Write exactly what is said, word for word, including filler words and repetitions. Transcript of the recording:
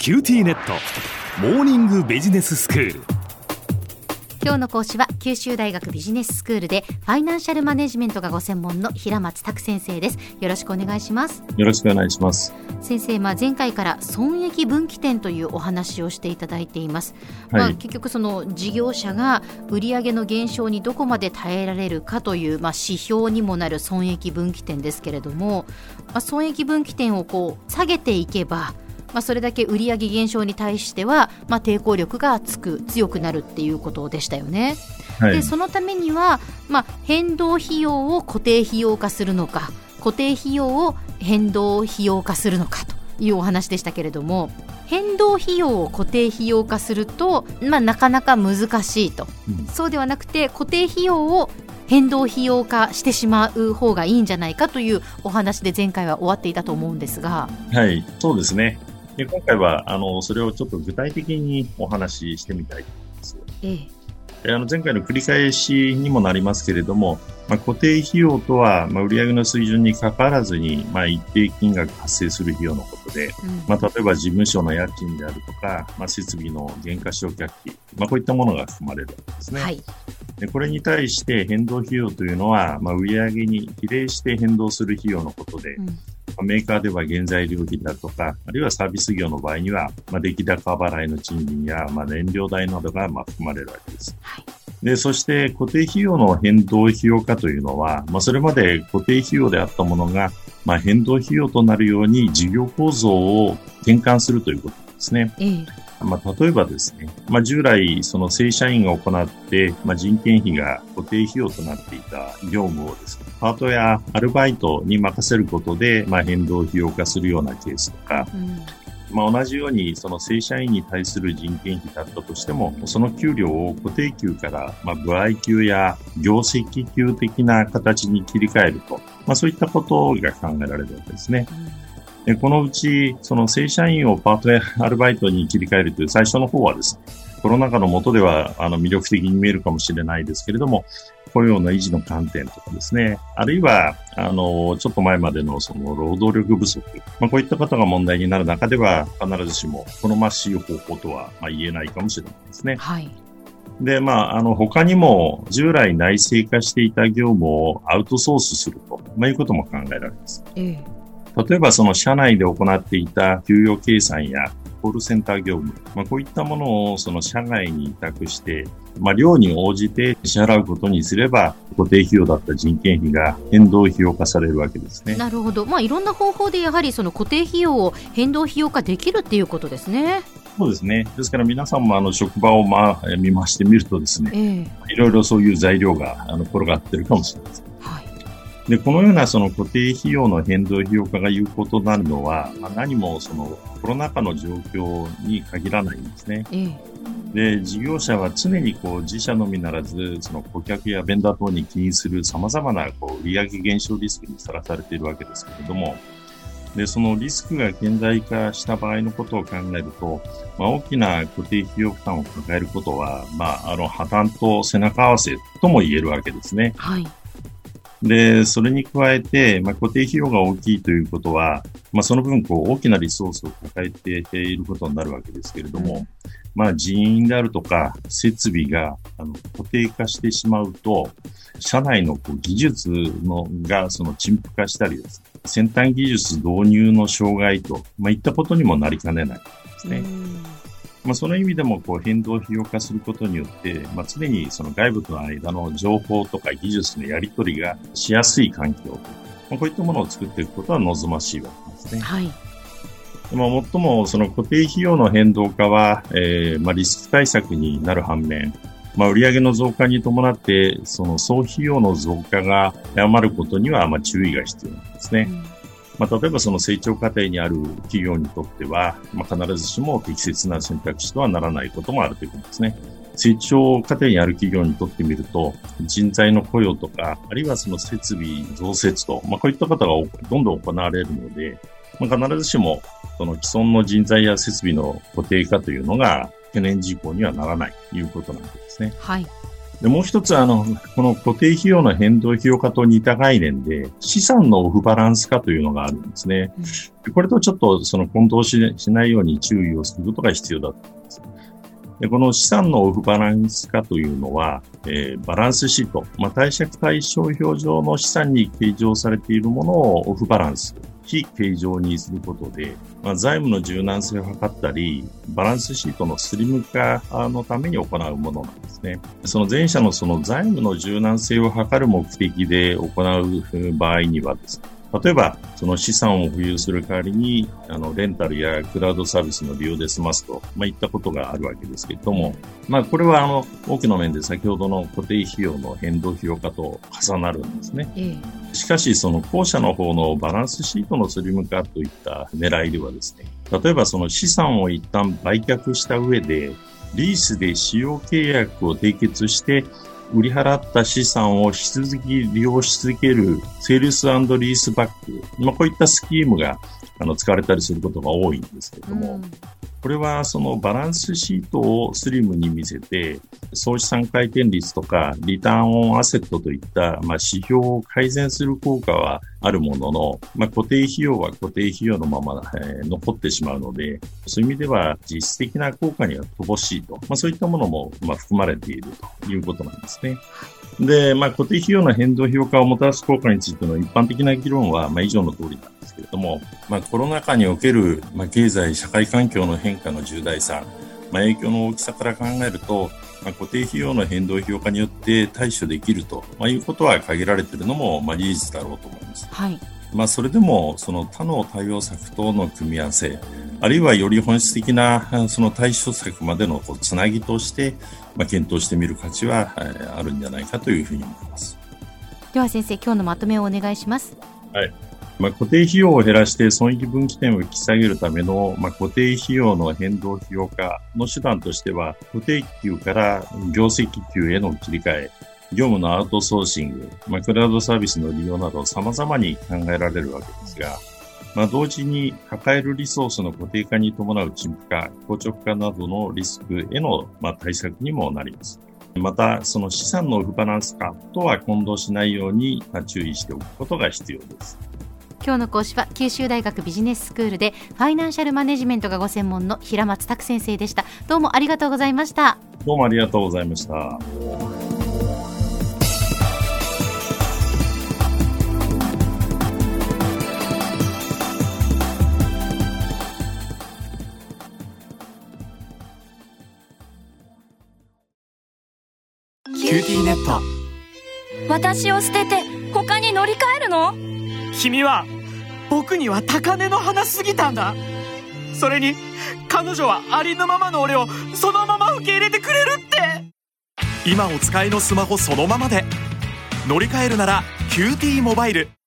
キューティーネットモーニングビジネススクール。 今日の講師は九州大学ビジネススクールでファイナンシャルマネジメントがご専門の平松卓先生です。よろしくお願いします。 よろしくお願いします。 先生、まあ、前回から損益分岐点というお話をしていただいています、 はいまあ、結局その事業者が売上の減少にどこまで耐えられるかという、まあ、指標にもなる損益分岐点ですけれども、まあ、損益分岐点をこう下げていけば、まあ、それだけ売上減少に対しては、まあ、抵抗力がつく強くなるっていうことでしたよね。 はい、 でそのためには、まあ、変動費用を固定費用化するのか、固定費用を変動費用化するのかというお話でしたけれども、変動費用を固定費用化すると、まあ、なかなか難しいと、うん、そうではなくて固定費用を変動費用化してしまう方がいいんじゃないかというお話で前回は終わっていたと思うんですが。 はい、そうですね。で今回はあのそれをちょっと具体的にお話ししてみたいと思います。 ええ、 であの前回の繰り返しにもなりますけれども、まあ、固定費用とは、まあ、売上の水準にかかわらずに、まあ、一定金額発生する費用のことで、うんまあ、例えば事務所の家賃であるとか、まあ、設備の減価償却費、まあ、こういったものが含まれるわけですね。 はい、 でこれに対して変動費用というのは、まあ、売上に比例して変動する費用のことで、うんメーカーでは原材料費だとか、あるいはサービス業の場合には、まあ、出来高払いの賃金や、まあ、燃料代などがまあ含まれるわけです。 はい、 で、そして固定費用の変動費用化というのは、まあ、それまで固定費用であったものが、まあ、変動費用となるように事業構造を転換するということですね。 ええまあ、例えばですね、まあ、従来、その正社員が行って、まあ、人件費が固定費用となっていた業務をですね、パートやアルバイトに任せることで、まあ、変動費用化するようなケースとか、うんまあ、同じように、その正社員に対する人件費だったとしても、その給料を固定給から、まあ、歩合給や業績給的な形に切り替えると、まあ、そういったことが考えられるわけですね。うんでこのうち、その正社員をパートやアルバイトに切り替えるという最初の方はですね、コロナ禍の下ではあの魅力的に見えるかもしれないですけれども、雇用の維持の観点とかですね、あるいは、あの、ちょっと前までのその労働力不足、まあ、こういったことが問題になる中では、必ずしも好ましい方法とはまあ言えないかもしれないですね。 はい。 で、まあ、あの、他にも、従来内製化していた業務をアウトソースすると、まあ、いうことも考えられます。 ええ例えばその社内で行っていた給与計算やコールセンター業務、まあ、こういったものをその社外に委託して、まあ、量に応じて支払うことにすれば固定費用だった人件費が変動費用化されるわけですね。 なるほど、まあ、いろんな方法でやはりその固定費用を変動費用化できるっていうことですね。 そうですね。ですから皆さんもあの職場をまあ見回してみるとですね、 えー、 いろいろそういう材料があの転がってるかもしれません。で、このようなその固定費用の変動費用化が有効となるのは、まあ、何もそのコロナ禍の状況に限らないんですね。 ええ、で、事業者は常にこう自社のみならず、その顧客やベンダー等に起因する様々なこう売上減少リスクにさらされているわけですけれども、で、そのリスクが顕在化した場合のことを考えると、まあ、大きな固定費用負担を抱えることは、まあ、あの破綻と背中合わせとも言えるわけですね。 はい。 で、それに加えて、まあ、固定費用が大きいということは、まあ、その分、こう、大きなリソースを抱えていることになるわけですけれども、うん、まあ、人員であるとか、設備が、あの、固定化してしまうと、社内のこう技術のが、その陳腐化したりですね、先端技術導入の障害と、まあ、いったことにもなりかねないですね。うんまあ、その意味でもこう変動費用化することによって、まあ、常にその外部との間の情報とか技術のやり取りがしやすい環境、まあ、こういったものを作っていくことは望ましいわけですね。 はい。 まあ、もっともその固定費用の変動化は、えー、まあリスク対策になる反面、まあ、売上の増加に伴ってその総費用の増加が誤ることにはまあ注意が必要なんですね。うんまあ、例えばその成長過程にある企業にとっては、まあ、必ずしも適切な選択肢とはならないこともあるということですね。成長過程にある企業にとってみると、人材の雇用とか、あるいはその設備増設と、まあ、こういったことがどんどん行われるので、まあ、必ずしもその既存の人材や設備の固定化というのが懸念事項にはならないということなんですね。 はい。 でもう一つ、あの、この固定費用の変動費用化と似た概念で、資産のオフバランス化というのがあるんですね。でこれとちょっとその混同しないように注意をすることが必要だと思います。でこの資産のオフバランス化というのは、えー、バランスシート、まあ、貸借対照表上の資産に計上されているものをオフバランス、非計上にすることで、まあ、財務の柔軟性を図ったり、バランスシートのスリム化のために行うものなんですね。その前者のその財務の柔軟性を図る目的で行う場合にはですね、例えば、その資産を保有する代わりに、あの、レンタルやクラウドサービスの利用で済ますと、まあ、いったことがあるわけですけれども、まあ、これは、あの、大きな面で先ほどの固定費用の変動費用化と重なるんですね。ええ、しかし、その後者の方のバランスシートのスリム化といった狙いではですね、例えばその資産を一旦売却した上で、リースで使用契約を締結して、売り払った資産を引き続き利用し続けるセールス&リースバック、まあ、こういったスキームがあの使われたりすることが多いんですけれども、うん、これはそのバランスシートをスリムに見せて、総資産回転率とかリターンオンアセットといった、まあ、指標を改善する効果はあるものの、まあ、固定費用は固定費用のまま、えー、残ってしまうので、そういう意味では実質的な効果には乏しいと、まあ、そういったものも、まあ、含まれているということなんですね。で、まあ、固定費用の変動費用化をもたらす効果についての一般的な議論は、まあ、以上の通りなんですけれども、まあ、コロナ禍における、まあ、経済社会環境の変化の重大さ、まあ、影響の大きさから考えると、まあ、固定費用の変動費用化によって対処できると、まあ、いうことは限られているのも、まあ、事実だろうと思います。はい。まあ、それでも、その他の対応策との組み合わせ、あるいはより本質的なその対処策までのこうつなぎとして、まあ、検討してみる価値はあるんじゃないかというふうに思います。 では先生、今日のまとめをお願いします。 はい。まあ、固定費用を減らして損益分岐点を引き下げるための、まあ、固定費用の変動費用化の手段としては、固定給から業績給への切り替え、業務のアウトソーシング、まあ、クラウドサービスの利用など様々に考えられるわけですが、まあ、同時に抱えるリソースの固定化に伴う陳腐化、硬直化などのリスクへの、まあ、対策にもなります。また、その資産のオフバランス化とは混同しないように注意しておくことが必要です。 今日の講師は九州大学ビジネススクールでファイナンシャルマネジメントがご専門の平松卓先生でした。どうもありがとうございました。 どうもありがとうございました。 キューティーネット。 私を捨てて他に乗り換えるの？ 君は僕には高嶺の花すぎたんだ。それに彼女はありのままの俺をそのまま受け入れてくれるって。今お使いのスマホそのままで乗り換えるなら キューティー モバイル。